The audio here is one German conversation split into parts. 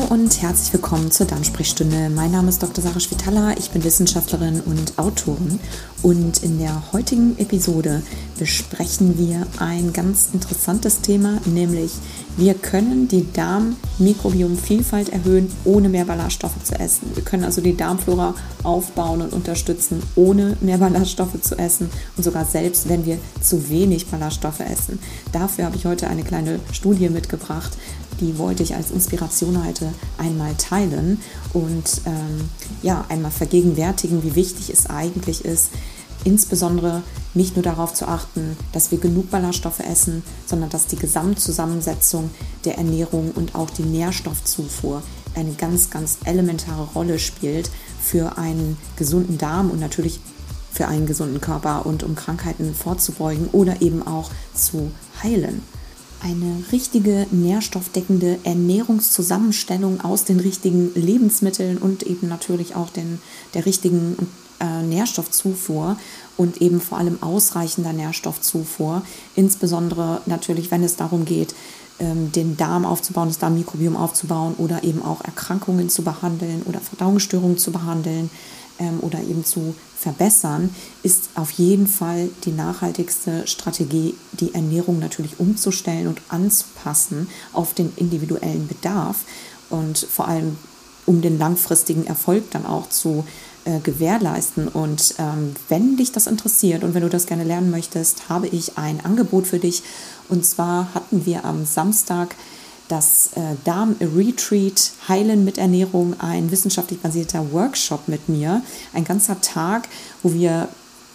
und herzlich willkommen zur Darmsprechstunde. Mein Name ist Dr. Sarah Schwitala, ich bin Wissenschaftlerin und Autorin und in der heutigen Episode besprechen wir ein ganz interessantes Thema, nämlich wir können die Darmmikrobiomvielfalt erhöhen, ohne mehr Ballaststoffe zu essen. Wir können also die Darmflora aufbauen und unterstützen, ohne mehr Ballaststoffe zu essen und sogar selbst, wenn wir zu wenig Ballaststoffe essen. Dafür habe ich heute eine kleine Studie mitgebracht, die wollte ich als Inspiration heute einmal teilen und einmal vergegenwärtigen, wie wichtig es eigentlich ist, insbesondere nicht nur darauf zu achten, dass wir genug Ballaststoffe essen, sondern dass die Gesamtzusammensetzung der Ernährung und auch die Nährstoffzufuhr eine ganz, ganz elementare Rolle spielt für einen gesunden Darm und natürlich für einen gesunden Körper und um Krankheiten vorzubeugen oder eben auch zu heilen. Eine richtige nährstoffdeckende Ernährungszusammenstellung aus den richtigen Lebensmitteln und eben natürlich auch der richtigen Nährstoffzufuhr und eben vor allem ausreichender Nährstoffzufuhr, insbesondere natürlich, wenn es darum geht, den Darm aufzubauen, das Darmmikrobiom aufzubauen oder eben auch Erkrankungen zu behandeln oder Verdauungsstörungen zu behandeln oder eben zu verbessern, ist auf jeden Fall die nachhaltigste Strategie, die Ernährung natürlich umzustellen und anzupassen auf den individuellen Bedarf und vor allem um den langfristigen Erfolg dann auch zu gewährleisten. Und wenn dich das interessiert und wenn du das gerne lernen möchtest, habe ich ein Angebot für dich. Und zwar hatten wir am Samstag das Darm-Retreat Heilen mit Ernährung, ein wissenschaftlich basierter Workshop mit mir. Ein ganzer Tag, wo wir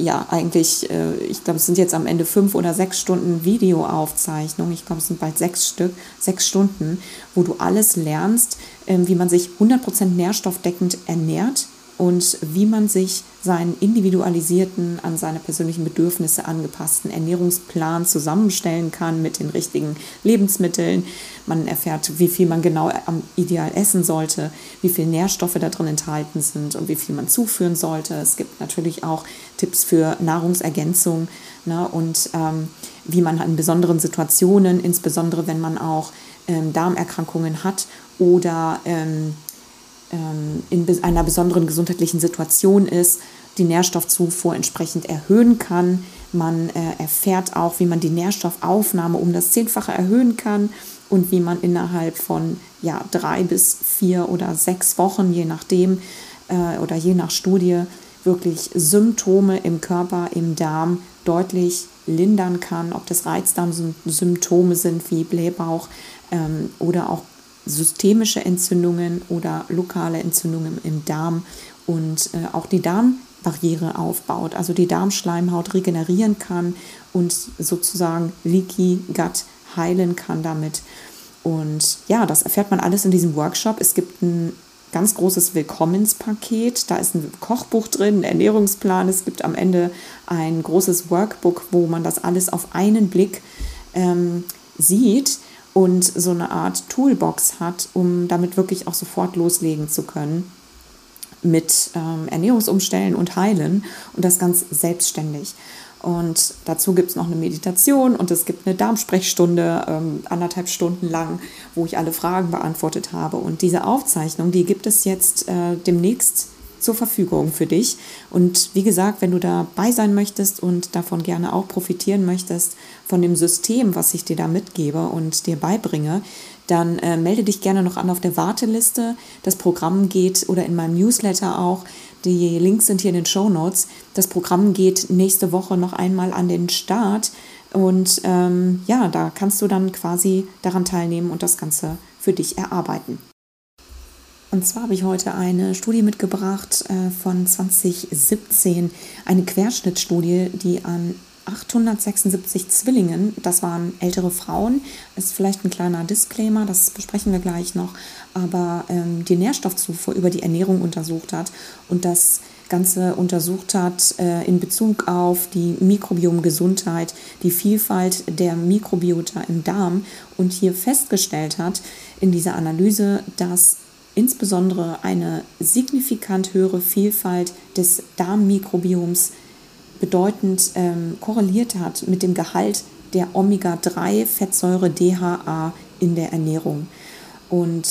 ich glaube, es sind jetzt am Ende 5 oder 6 Stunden Videoaufzeichnung. Ich glaube, es sind bald 6 Stunden, wo du alles lernst, wie man sich 100% nährstoffdeckend ernährt und wie man sich seinen individualisierten, an seine persönlichen Bedürfnisse angepassten Ernährungsplan zusammenstellen kann mit den richtigen Lebensmitteln. Man erfährt, wie viel man genau ideal essen sollte, wie viele Nährstoffe da drin enthalten sind und wie viel man zuführen sollte. Es gibt natürlich auch Tipps für Nahrungsergänzung, und wie man in besonderen Situationen, insbesondere wenn man auch Darmerkrankungen hat oder in einer besonderen gesundheitlichen Situation ist, die Nährstoffzufuhr entsprechend erhöhen kann. Man erfährt auch, wie man die Nährstoffaufnahme um das 10-fache erhöhen kann und wie man innerhalb von 3 bis 4 oder 6 Wochen, je nachdem oder je nach Studie, wirklich Symptome im Körper, im Darm deutlich lindern kann, ob das Reizdarmsymptome sind wie Blähbauch oder auch systemische Entzündungen oder lokale Entzündungen im Darm und auch die Darmbarriere aufbaut, also die Darmschleimhaut regenerieren kann und sozusagen Leaky Gut heilen kann damit. Und das erfährt man alles in diesem Workshop. Es gibt ein ganz großes Willkommenspaket, da ist ein Kochbuch drin, ein Ernährungsplan, es gibt am Ende ein großes Workbook, wo man das alles auf einen Blick sieht und so eine Art Toolbox hat, um damit wirklich auch sofort loslegen zu können mit Ernährungsumstellen und Heilen und das ganz selbstständig. Und dazu gibt es noch eine Meditation und es gibt eine Darmsprechstunde, 1,5 Stunden lang, wo ich alle Fragen beantwortet habe. Und diese Aufzeichnung, die gibt es jetzt demnächst zur Verfügung für dich. Und wie gesagt, wenn du dabei sein möchtest und davon gerne auch profitieren möchtest, von dem System, was ich dir da mitgebe und dir beibringe, dann melde dich gerne noch an auf der Warteliste. Das Programm geht, oder in meinem Newsletter auch, die Links sind hier in den Shownotes. Das Programm geht nächste Woche noch einmal an den Start. Und da kannst du dann quasi daran teilnehmen und das Ganze für dich erarbeiten. Und zwar habe ich heute eine Studie mitgebracht von 2017, eine Querschnittstudie, die an 876 Zwillingen, das waren ältere Frauen, ist vielleicht ein kleiner Disclaimer, das besprechen wir gleich noch, aber die Nährstoffzufuhr über die Ernährung untersucht hat und das Ganze untersucht hat in Bezug auf die Mikrobiomgesundheit, die Vielfalt der Mikrobiota im Darm und hier festgestellt hat in dieser Analyse, dass insbesondere eine signifikant höhere Vielfalt des Darmmikrobioms bedeutend korreliert hat mit dem Gehalt der Omega-3-Fettsäure DHA in der Ernährung. Und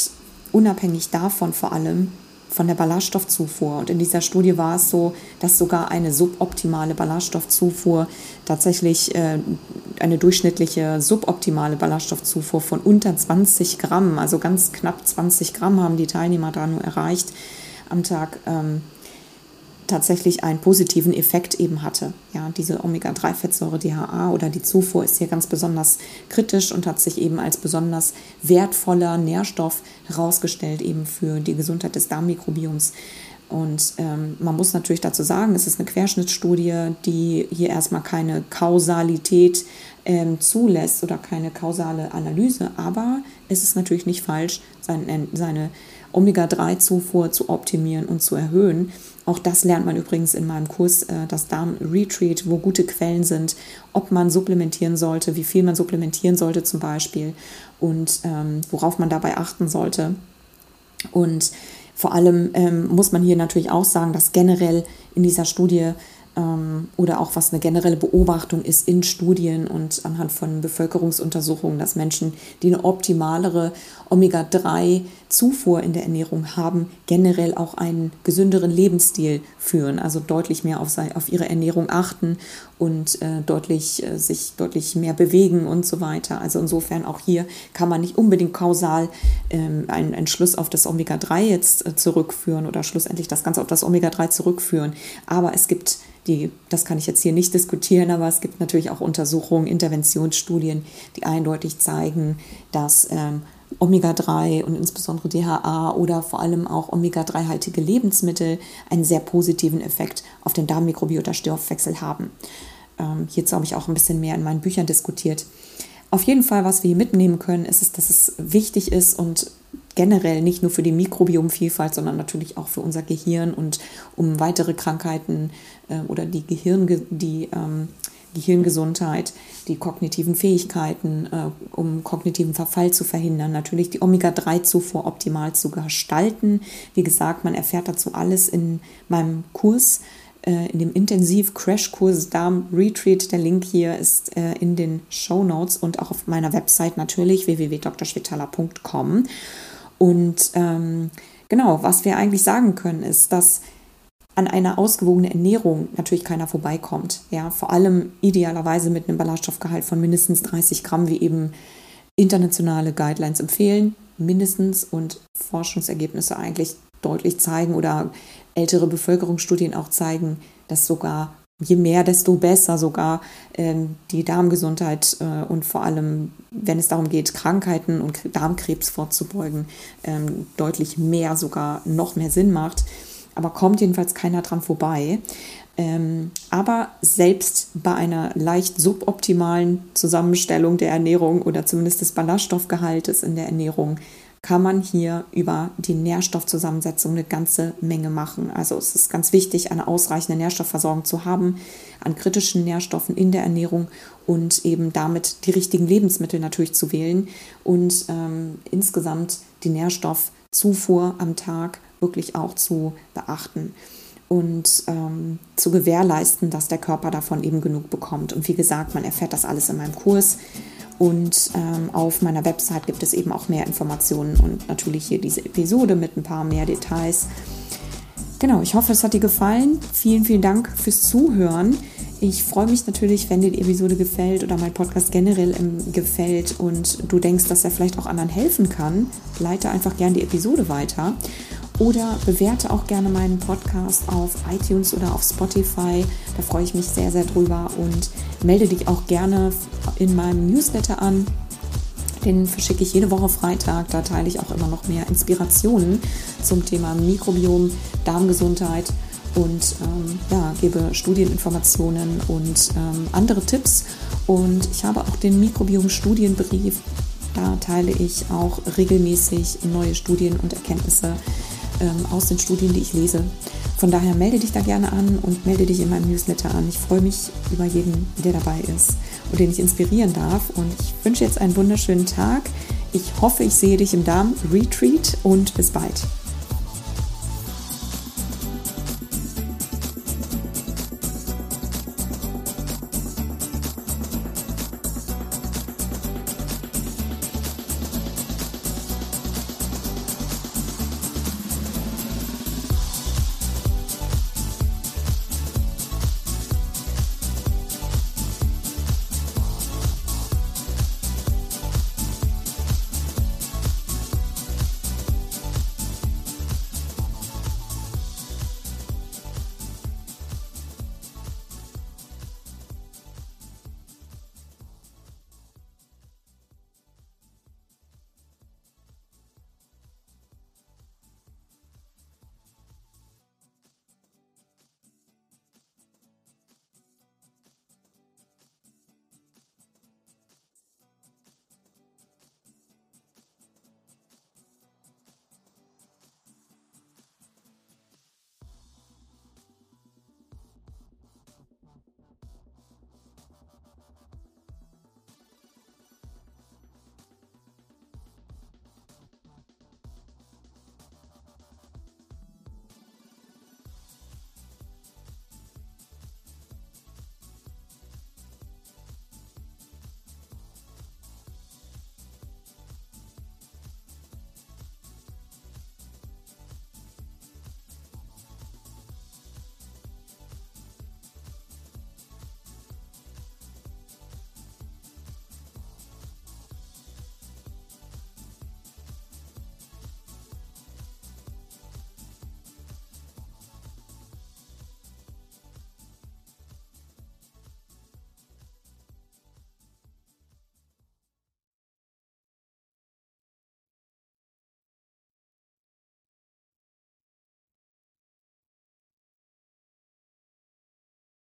unabhängig davon vor allem von der Ballaststoffzufuhr. Und in dieser Studie war es so, dass sogar eine suboptimale Ballaststoffzufuhr tatsächlich eine durchschnittliche suboptimale Ballaststoffzufuhr von unter 20 Gramm, also ganz knapp 20 Gramm haben die Teilnehmer da nur erreicht am Tag, tatsächlich einen positiven Effekt eben hatte. Ja, diese Omega-3-Fettsäure DHA oder die Zufuhr ist hier ganz besonders kritisch und hat sich eben als besonders wertvoller Nährstoff herausgestellt eben für die Gesundheit des Darmmikrobioms. Und man muss natürlich dazu sagen, es ist eine Querschnittsstudie, die hier erstmal keine Kausalität zulässt oder keine kausale Analyse, aber es ist natürlich nicht falsch, seine Omega-3-Zufuhr zu optimieren und zu erhöhen. Auch das lernt man übrigens in meinem Kurs, das Darm-Retreat, wo gute Quellen sind, ob man supplementieren sollte, wie viel man supplementieren sollte zum Beispiel und worauf man dabei achten sollte. Und vor allem muss man hier natürlich auch sagen, dass generell in dieser Studie oder auch was eine generelle Beobachtung ist in Studien und anhand von Bevölkerungsuntersuchungen, dass Menschen, die eine optimalere Omega-3-Zufuhr in der Ernährung haben, generell auch einen gesünderen Lebensstil führen, also deutlich mehr auf ihre Ernährung achten und sich deutlich mehr bewegen und so weiter. Also insofern auch hier kann man nicht unbedingt kausal einen Schluss auf das Omega-3 jetzt zurückführen oder schlussendlich das Ganze auf das Omega-3 zurückführen, aber es gibt das kann ich jetzt hier nicht diskutieren, aber es gibt natürlich auch Untersuchungen, Interventionsstudien, die eindeutig zeigen, dass Omega-3 und insbesondere DHA oder vor allem auch Omega-3-haltige Lebensmittel einen sehr positiven Effekt auf den Darmmikrobiota-Stoffwechsel haben. Hierzu habe ich auch ein bisschen mehr in meinen Büchern diskutiert. Auf jeden Fall, was wir hier mitnehmen können, ist, dass es wichtig ist und generell nicht nur für die Mikrobiomvielfalt, sondern natürlich auch für unser Gehirn und um weitere Krankheiten oder die Gehirngesundheit, die kognitiven Fähigkeiten, um kognitiven Verfall zu verhindern, natürlich die Omega-3-Zufuhr optimal zu gestalten. Wie gesagt, man erfährt dazu alles in meinem Kurs, in dem Intensiv-Crash-Kurs Darm Retreat. Der Link hier ist in den Shownotes und auch auf meiner Website natürlich www.drschwetala.com. Und genau, was wir eigentlich sagen können, ist, dass an einer ausgewogenen Ernährung natürlich keiner vorbeikommt. Ja, vor allem idealerweise mit einem Ballaststoffgehalt von mindestens 30 Gramm, wie eben internationale Guidelines empfehlen, mindestens, und Forschungsergebnisse eigentlich deutlich zeigen oder ältere Bevölkerungsstudien auch zeigen, dass sogar je mehr, desto besser sogar die Darmgesundheit und vor allem, wenn es darum geht, Krankheiten und Darmkrebs vorzubeugen, deutlich mehr, sogar noch mehr Sinn macht. Aber kommt jedenfalls keiner dran vorbei. Aber selbst bei einer leicht suboptimalen Zusammenstellung der Ernährung oder zumindest des Ballaststoffgehaltes in der Ernährung kann man hier über die Nährstoffzusammensetzung eine ganze Menge machen. Also es ist ganz wichtig, eine ausreichende Nährstoffversorgung zu haben an kritischen Nährstoffen in der Ernährung und eben damit die richtigen Lebensmittel natürlich zu wählen und insgesamt die Nährstoffzufuhr am Tag wirklich auch zu beachten und zu gewährleisten, dass der Körper davon eben genug bekommt. Und wie gesagt, man erfährt das alles in meinem Kurs. Und auf meiner Website gibt es eben auch mehr Informationen und natürlich hier diese Episode mit ein paar mehr Details. Genau, ich hoffe, es hat dir gefallen. Vielen, vielen Dank fürs Zuhören. Ich freue mich natürlich, wenn dir die Episode gefällt oder mein Podcast generell gefällt und du denkst, dass er vielleicht auch anderen helfen kann. Leite einfach gerne die Episode weiter. Oder bewerte auch gerne meinen Podcast auf iTunes oder auf Spotify. Da freue ich mich sehr, sehr drüber. Und melde dich auch gerne in meinem Newsletter an. Den verschicke ich jede Woche Freitag. Da teile ich auch immer noch mehr Inspirationen zum Thema Mikrobiom, Darmgesundheit und gebe Studieninformationen und andere Tipps. Und ich habe auch den Mikrobiom-Studienbrief. Da teile ich auch regelmäßig neue Studien und Erkenntnisse aus den Studien, die ich lese. Von daher melde dich da gerne an und melde dich in meinem Newsletter an. Ich freue mich über jeden, der dabei ist und den ich inspirieren darf. Und ich wünsche jetzt einen wunderschönen Tag. Ich hoffe, ich sehe dich im Darm Retreat und bis bald.